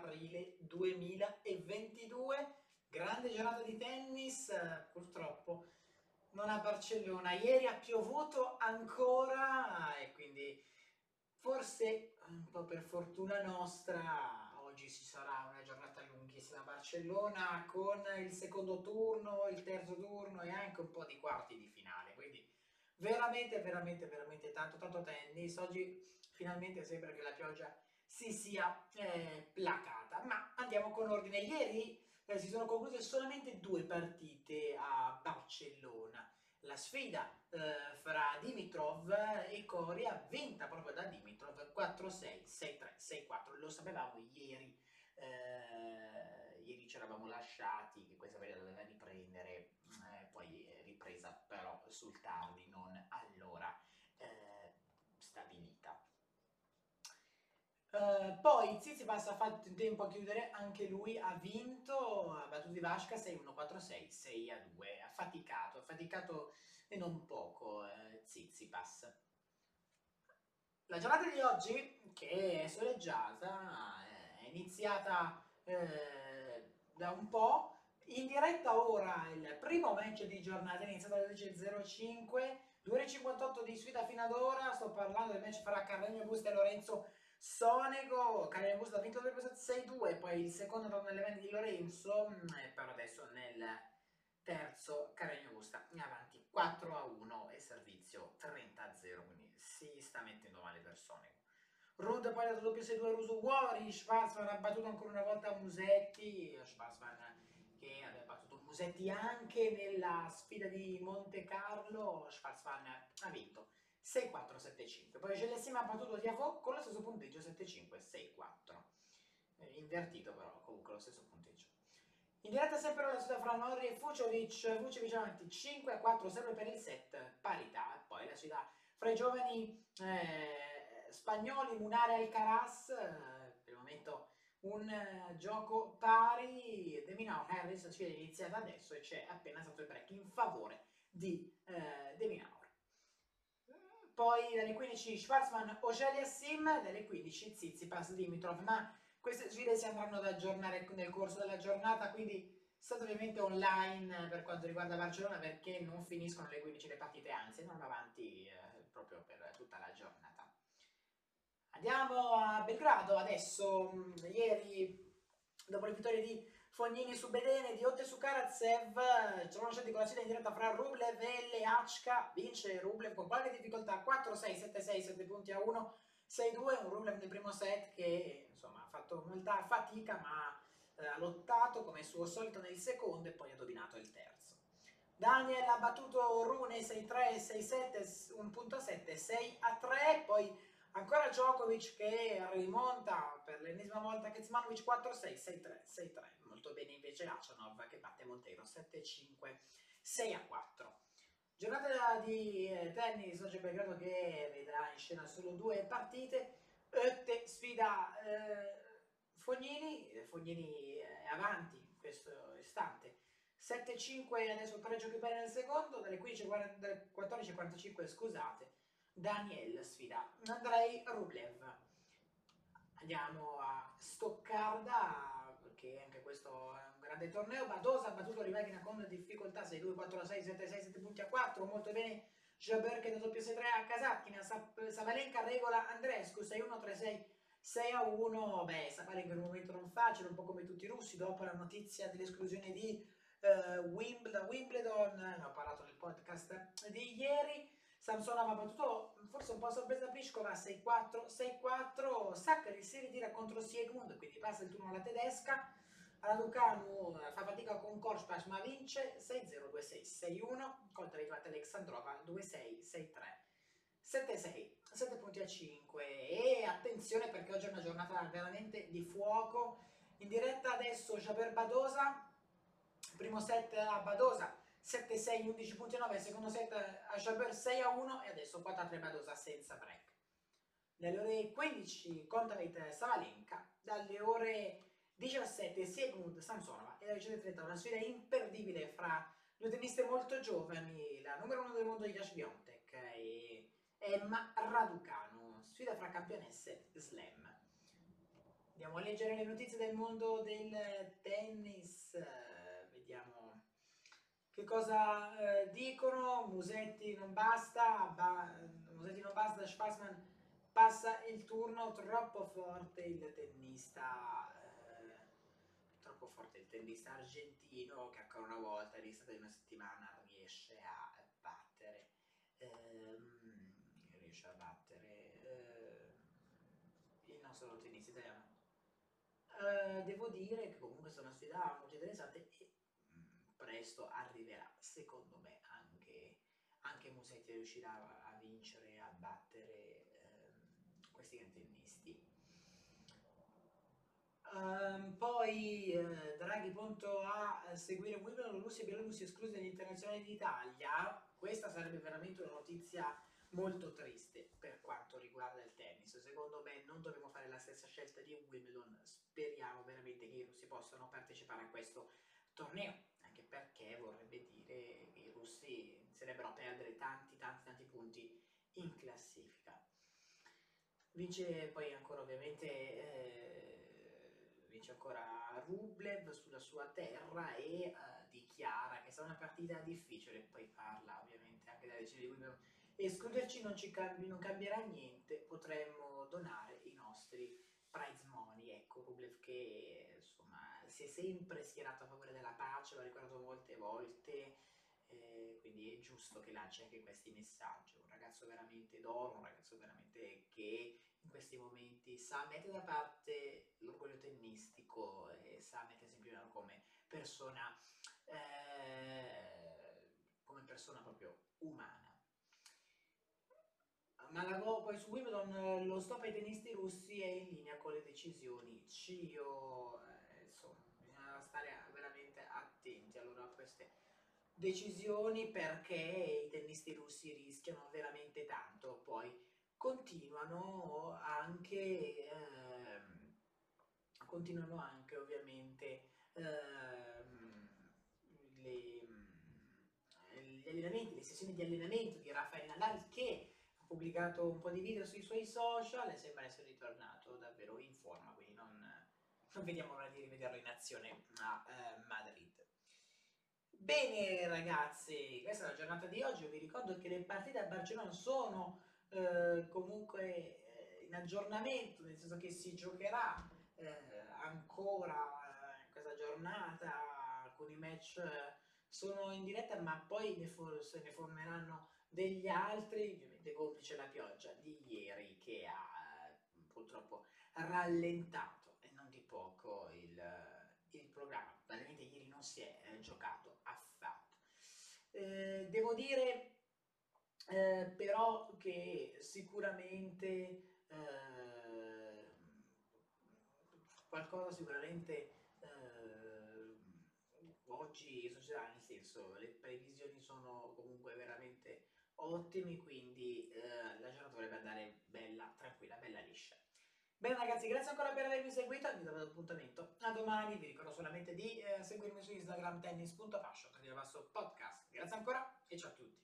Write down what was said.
aprile 2022. Grande giornata di tennis, purtroppo non a Barcellona. Ieri ha piovuto ancora e quindi forse un po' per fortuna nostra oggi ci sarà una giornata lunghissima a Barcellona con il secondo turno, il terzo turno e anche un po' di quarti di finale. Quindi veramente tanto tennis. Oggi finalmente sembra che la pioggia si sia placata. Ma andiamo con ordine. Ieri si sono concluse solamente 2 partite a Barcellona. La sfida fra Dimitrov e Coria, vinta proprio da Dimitrov 4-6, 6-3, 6-4. Lo sapevamo ieri. Ieri ci eravamo lasciati che questa partita doveva riprendere, poi ripresa però sul tardi, non all'ora stabilita. Poi Tsitsipas ha fatto in tempo a chiudere, anche lui ha vinto, ha battuto Ivashka 6-1, 4-6, 6-2, ha faticato e non poco Tsitsipas. La giornata di oggi, che è soleggiata, è iniziata da un po', in diretta ora il primo match di giornata, è iniziato alle 10.05, 2,58 di sfida fino ad ora, sto parlando del match fra Carreño Busta e Lorenzo Sonego. Carreño Busta ha vinto 2-6-2, poi il secondo torna nelle mani di Lorenzo, per adesso nel terzo Carreño Busta in avanti 4-1 e servizio 30-0, quindi si sta mettendo male per Sonego. Ruud poi ha dato doppio 6-2 Rusu Wuori, Schwarzman ha battuto ancora una volta Musetti, Schwarzman che aveva battuto Musetti anche nella sfida di Monte Carlo. Schwarzman ha vinto 6-4, 7-5, poi Gelesima ha battuto Tiafoe con lo stesso punteggio 7-5, 6-4, invertito però comunque lo stesso punteggio. In diretta sempre la sfida fra Norri e Vucevic avanti 5-4 serve per il set, parità. Poi la sfida fra i giovani spagnoli, Munare e Alcaraz, per il momento un gioco pari. De Minaur Harris, la sfida è iniziata adesso e c'è appena stato il break in favore di De Minaur. Poi dalle 15 Schwarzman, Ocelia Sim, dalle 15 Tsitsipas, Dimitrov, ma queste sfide si andranno ad aggiornare nel corso della giornata, quindi state ovviamente online per quanto riguarda Barcellona, perché non finiscono alle 15 le partite, anzi andranno avanti proprio per tutta la giornata. Andiamo a Belgrado adesso. Ieri, dopo le vittorie di Fognini su Bedene, di Otte su Karatsev, ci siamo lasciati con la sfida in diretta fra Rublev e Leachka. Vince Rublev con qualche difficoltà, 4-6, 7-6, 7 punti a 1, 6-2. Un Rublev nel primo set che insomma ha fatto molta fatica, ma ha lottato come suo solito nel secondo e poi ha dominato il terzo. Daniel ha battuto Rune 6-3, 6-7, 1.7, 6-3, poi ancora Djokovic che rimonta per l'ennesima volta Kecmanovic 4-6, 6-3, 6-3. Molto bene invece Achanov che batte Monteiro 7-5, 6-4. Giornata di tennis oggi a Belgrado che vedrà in scena solo 2 partite. Oette sfida Fognini è avanti in questo istante. 7-5 adesso il pareggio più bene nel secondo, dalle 14.45 scusate. Daniel sfida Andrei Rublev. Andiamo a Stoccarda, perché anche questo è un grande torneo. Badosa ha battuto Rivagina con difficoltà 6-2, 4-6, 7-6, 7 punti a 4. Molto bene Jabber che da doppio 6-3 a Kasatkina. Sabalenka regola Andrescu 6-1, 3-6, 6-1. Beh, Sabalenka in un momento non facile, un po' come tutti i russi, dopo la notizia dell'esclusione di Wimbledon. Ho parlato nel podcast di ieri. Samsonov ha battuto forse un po' a sorpresa Pliskova 6-4, 6-4, Sakkari si ritira contro Siegmund, quindi passa il turno alla tedesca. Raducanu fa fatica con Korczpas ma vince 6-0, 2-6, 6-1, contro arrivata Alexandrova 2-6, 6-3, 7-6, 7 punti a 5. E attenzione perché oggi è una giornata veramente di fuoco. In diretta adesso Jaber Badosa, primo set a Badosa 7-6, 11 punti a 9, secondo set a Jabber 6-1 e adesso 4-3 Badosa senza break. Dalle ore 15 Kontaveit Sabalenka, dalle ore 17 Siegmund Samsonova e dalle 17:30 una sfida imperdibile fra due tenniste molto giovani, la numero 1 del mondo Iga Swiatek e Emma Raducanu, sfida fra campionesse slam. Andiamo a leggere le notizie del mondo del tennis, vediamo che cosa dicono. Musetti non basta, Musetti non basta, Schwarzman passa il turno, troppo forte il tennista argentino che ancora una volta in lista di una settimana riesce a battere il nostro tennista italiano. Devo dire che comunque è una sfida molto interessante e presto arriverà, secondo me, anche Musetti riuscirà a vincere, a battere questi grandi tennisti. Poi Draghi pronto a seguire Wimbledon, Russia e Bielorussia escluse dagli internazionali d'Italia. Questa sarebbe veramente una notizia molto triste per quanto riguarda il tennis. Secondo me non dobbiamo fare la stessa scelta di Wimbledon, speriamo veramente che i russi possano partecipare a questo torneo, anche perché vorrebbe dire che i russi inizierebbero a perdere tanti punti in classifica. Vince poi ancora vince ancora Rublev sulla sua terra e dichiara che sarà una partita difficile, poi parla ovviamente anche della decisione di Wimbledon. Escluderci non cambierà niente, potremmo donare i nostri prize money. Ecco, Rublev che insomma si è sempre schierato a favore della pace, l'ho ricordato molte volte, quindi è giusto che lanci anche questi messaggi. Un ragazzo veramente d'oro, un ragazzo veramente che in questi momenti sa mettere da parte l'orgoglio tennistico e sa mettere sempre come persona proprio umana. Malagò poi su Wimbledon, lo stop ai tennisti russi è in linea con le decisioni CIO, insomma bisogna stare veramente attenti allora a queste decisioni perché i tennisti russi rischiano veramente tanto, poi continuano anche ovviamente gli allenamenti, le sessioni di allenamento di Rafael Nadal che ha pubblicato un po' di video sui suoi social e sembra essere ritornato davvero in forma, quindi non vediamo l'ora di rivederlo in azione a Madrid. Bene ragazzi, questa è la giornata di oggi. Io vi ricordo che le partite a Barcellona sono comunque in aggiornamento, nel senso che si giocherà ancora in questa giornata, alcuni match sono in diretta, ma poi se ne formeranno degli altri, ovviamente complice la pioggia di ieri che ha purtroppo rallentato e non di poco il programma. Veramente ieri non si è giocato affatto. Devo dire però che sicuramente qualcosa oggi succederà, nel senso le previsioni sono comunque veramente ottime, quindi la giornata dovrebbe andare bella, tranquilla, bella liscia. Bene ragazzi, grazie ancora per avermi seguito, vi do appuntamento a domani, vi ricordo solamente di seguirmi su Instagram tennis.fashion, podcast. Grazie ancora e ciao a tutti.